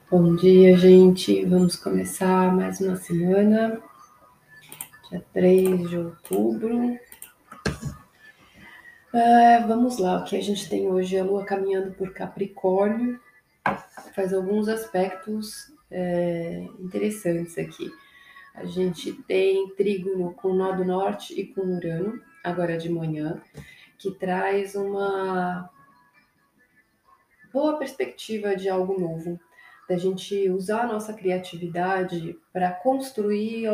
Bom dia, gente. Vamos começar mais uma semana, dia 3 de outubro. Vamos lá, o que a gente tem hoje é a Lua caminhando por Capricórnio, faz alguns aspectos interessantes aqui. A gente tem trígono com o Nó do Norte e com Urano, agora de manhã, que traz uma boa perspectiva de algo novo, da gente usar a nossa criatividade para construir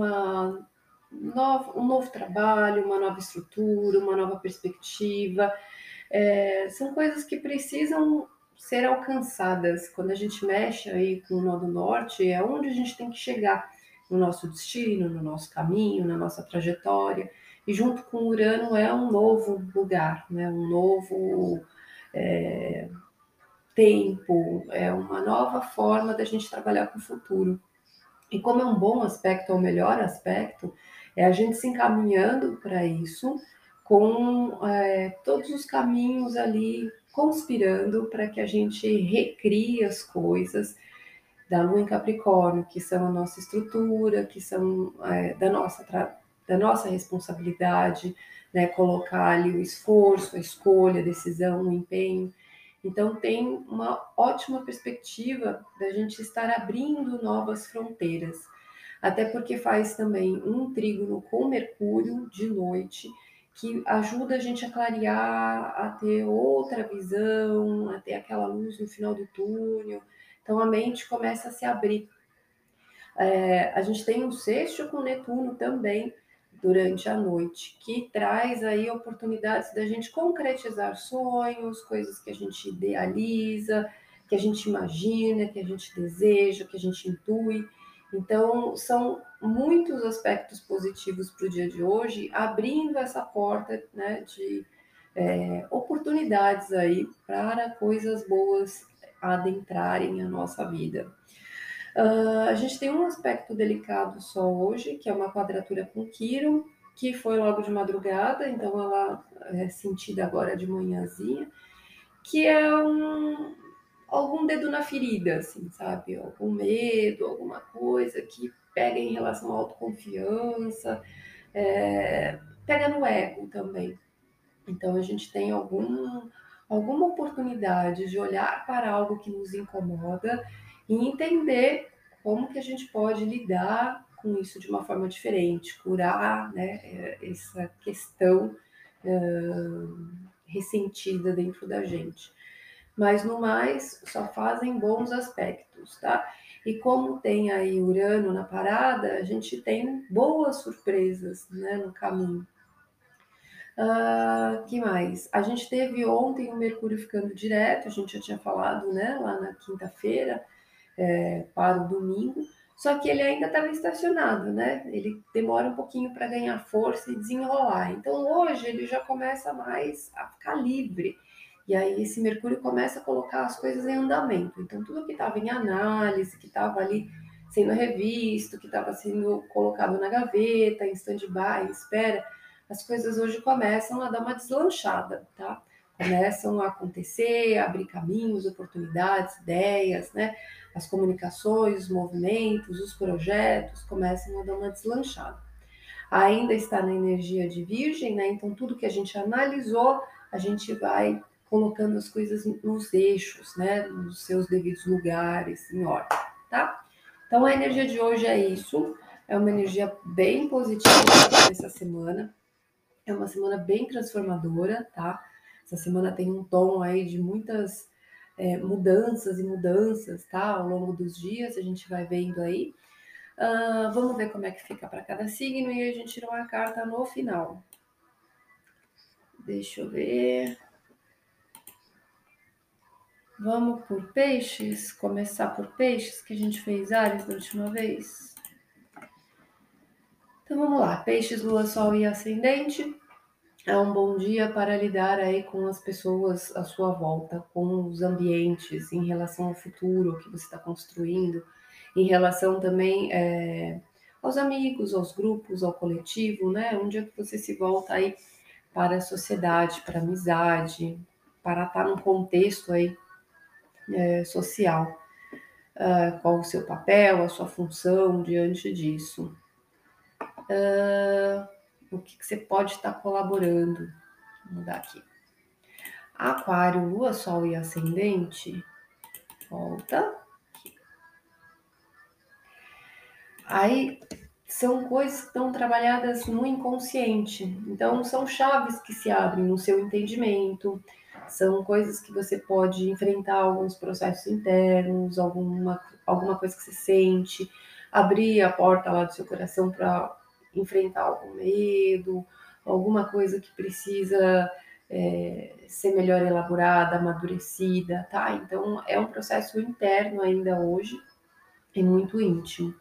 um novo trabalho, uma nova estrutura, uma nova perspectiva. São coisas que precisam ser alcançadas. Quando a gente mexe aí com o Nó do Norte, é onde a gente tem que chegar no nosso destino, no nosso caminho, na nossa trajetória. E junto com o Urano é um novo lugar, né? Um novo tempo, é uma nova forma da gente trabalhar com o futuro. E como é um bom aspecto, é o melhor aspecto, é a gente se encaminhando para isso, com todos os caminhos ali conspirando para que a gente recrie as coisas da Lua em Capricórnio, que são a nossa estrutura, que são da nossa responsabilidade, né? Colocar ali o esforço, a escolha, a decisão, o empenho. Então, tem uma ótima perspectiva da gente estar abrindo novas fronteiras. Até porque faz também um trígono com Mercúrio de noite, que ajuda a gente a clarear, a ter outra visão, a ter aquela luz no final do túnel. Então, a mente começa a se abrir. A gente tem um sexto com Netuno também durante a noite, que traz aí oportunidades da gente concretizar sonhos, coisas que a gente idealiza, que a gente imagina, que a gente deseja, que a gente intui. Então, são muitos aspectos positivos para o dia de hoje, abrindo essa porta, né, de oportunidades aí para coisas boas adentrarem a nossa vida. A gente tem um aspecto delicado só hoje, que é uma quadratura com Quirón, que foi logo de madrugada, então ela é sentida agora de manhãzinha, que é algum dedo na ferida, assim, sabe? Algum medo, alguma coisa que pega em relação à autoconfiança, pega no ego também. Então a gente tem alguma oportunidade de olhar para algo que nos incomoda e entender como que a gente pode lidar com isso de uma forma diferente, curar, né, essa questão ressentida dentro da gente. Mas no mais, só fazem bons aspectos, tá? E como tem aí Urano na parada, a gente tem boas surpresas, né, no caminho. Que mais? A gente teve ontem o Mercúrio ficando direto, a gente já tinha falado, né, lá na quinta-feira, para o domingo, só que ele ainda estava estacionado, né? Ele demora um pouquinho para ganhar força e desenrolar. Então hoje ele já começa mais a ficar livre. E aí esse Mercúrio começa a colocar as coisas em andamento. Então tudo que estava em análise, que estava ali sendo revisto, que estava sendo colocado na gaveta, em stand-by, em espera, as coisas hoje começam a dar uma deslanchada, tá? Começam a acontecer, a abrir caminhos, oportunidades, ideias, né? As comunicações, os movimentos, os projetos começam a dar uma deslanchada. Ainda está na energia de Virgem, né? Então tudo que a gente analisou, a gente vai colocando as coisas nos eixos, né? Nos seus devidos lugares, em ordem, tá? Então a energia de hoje é isso. É uma energia bem positiva essa semana. É uma semana bem transformadora, tá? Essa semana tem um tom aí de muitas mudanças e mudanças, tá? Ao longo dos dias, a gente vai vendo aí. Vamos ver como é que fica para cada signo e a gente tira uma carta no final. Deixa eu ver. Vamos por peixes? Começar por peixes, que a gente fez Áries da última vez. Então vamos lá. Peixes, lua, sol e ascendente. É um bom dia para lidar aí com as pessoas à sua volta, com os ambientes, em relação ao futuro que você está construindo, em relação também aos amigos, aos grupos, ao coletivo, né? Um dia que você se volta aí para a sociedade, para a amizade, para estar num contexto aí social. qual o seu papel, a sua função diante disso. O que você pode estar colaborando. Vou mudar aqui. Aquário, Lua, Sol e Ascendente. Volta. Aí são coisas que estão trabalhadas no inconsciente. Então, são chaves que se abrem no seu entendimento, são coisas que você pode enfrentar alguns processos internos, alguma coisa que você sente, abrir a porta lá do seu coração para enfrentar algum medo, alguma coisa que precisa ser melhor elaborada, amadurecida, tá? Então, é um processo interno ainda hoje e muito íntimo.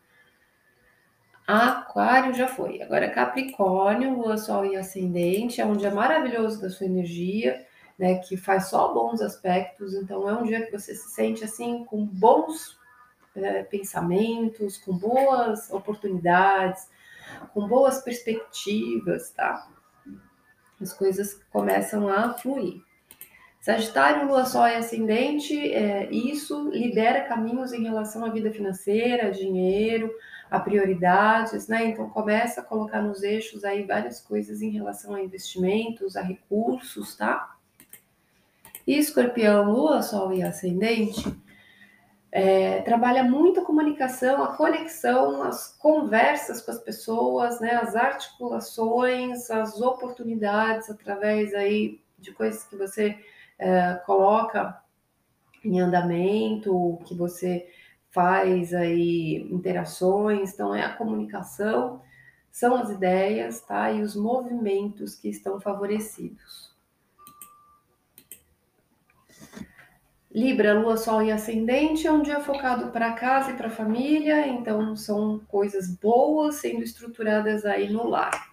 Aquário já foi. Agora Capricórnio, Lua, Sol e Ascendente, é um dia maravilhoso da sua energia, né? Que faz só bons aspectos. Então é um dia que você se sente assim com bons pensamentos, com boas oportunidades, com boas perspectivas, tá? As coisas começam a fluir. Sagitário, Lua, Sol e Ascendente, isso libera caminhos em relação à vida financeira, dinheiro, a prioridades, né? Então começa a colocar nos eixos aí várias coisas em relação a investimentos, a recursos, tá? E Escorpião, Lua, Sol e Ascendente, trabalha muito a comunicação, a conexão, as conversas com as pessoas, né? As articulações, as oportunidades através aí de coisas que você coloca em andamento, que você faz aí interações, então é a comunicação, são as ideias, tá? E os movimentos que estão favorecidos. Libra, Lua, Sol e Ascendente é um dia focado para casa e para a família, então são coisas boas sendo estruturadas aí no lar.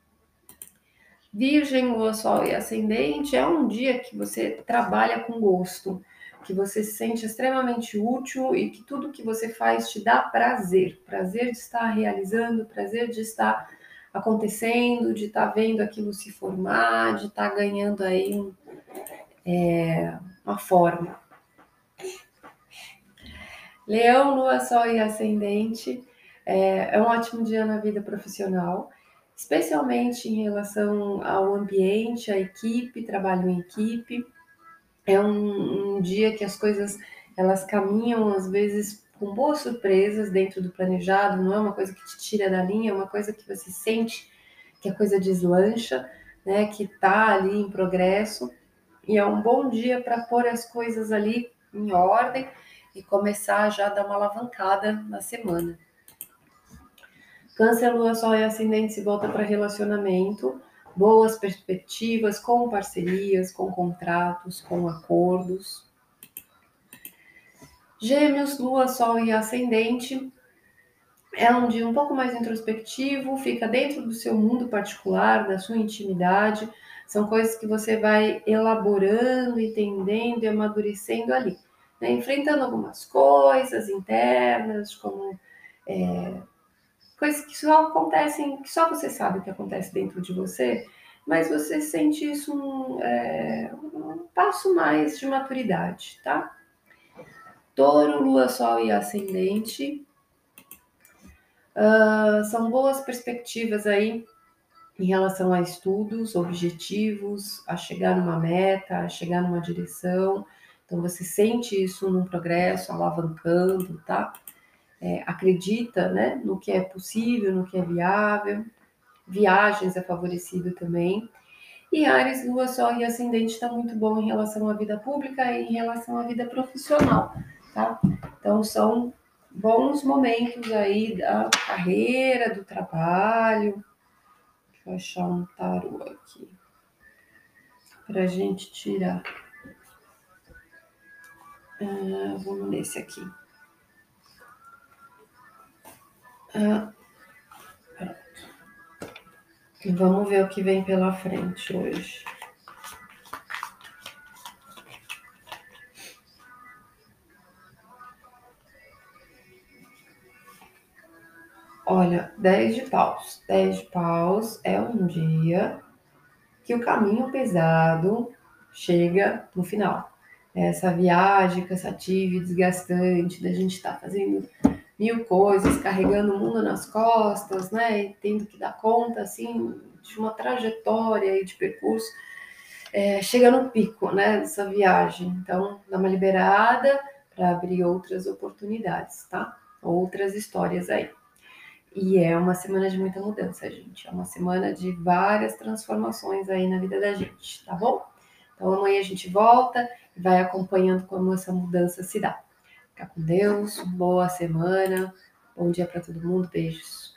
Virgem, Lua, Sol e Ascendente é um dia que você trabalha com gosto, que você se sente extremamente útil e que tudo que você faz te dá prazer. Prazer de estar realizando, prazer de estar acontecendo, de estar vendo aquilo se formar, de estar ganhando aí uma forma. Leão, Lua, Sol e Ascendente é um ótimo dia na vida profissional, especialmente em relação ao ambiente, à equipe, trabalho em equipe. É um dia que as coisas elas caminham às vezes com boas surpresas dentro do planejado, não é uma coisa que te tira da linha, é uma coisa que você sente que a coisa deslancha, né, que está ali em progresso, e é um bom dia para pôr as coisas ali em ordem e começar já a dar uma alavancada na semana. Câncer, Lua, Sol e Ascendente se volta para relacionamento, boas perspectivas com parcerias, com contratos, com acordos. Gêmeos, Lua, Sol e Ascendente é um dia um pouco mais introspectivo, fica dentro do seu mundo particular, da sua intimidade. São coisas que você vai elaborando, entendendo e amadurecendo ali, né? Enfrentando algumas coisas internas, como coisas que só acontecem, que só você sabe o que acontece dentro de você, mas você sente isso um passo mais de maturidade, tá? Touro, Lua, Sol e Ascendente são boas perspectivas aí em relação a estudos, objetivos, a chegar numa meta, a chegar numa direção. Então você sente isso num progresso, alavancando, tá? Acredita, né, no que é possível, no que é viável. Viagens é favorecido também. E Áries, Lua, Sol e Ascendente está muito bom em relação à vida pública e em relação à vida profissional, tá? Então são bons momentos aí da carreira, do trabalho. Deixa eu achar um tarô aqui para a gente tirar. Vamos nesse aqui. E vamos ver o que vem pela frente hoje. Olha, 10 de paus. 10 de paus é um dia que o caminho pesado chega no final. essa viagem cansativa e desgastante, da gente estar fazendo mil coisas, carregando o mundo nas costas, né? E tendo que dar conta, assim, de uma trajetória e de percurso, chega no pico, né, dessa viagem. Então, dá uma liberada para abrir outras oportunidades, tá? Outras histórias aí. E é uma semana de muita mudança, gente. É uma semana de várias transformações aí na vida da gente, tá bom? Então amanhã a gente volta e vai acompanhando como essa mudança se dá. Fica com Deus, boa semana, bom dia para todo mundo, beijos.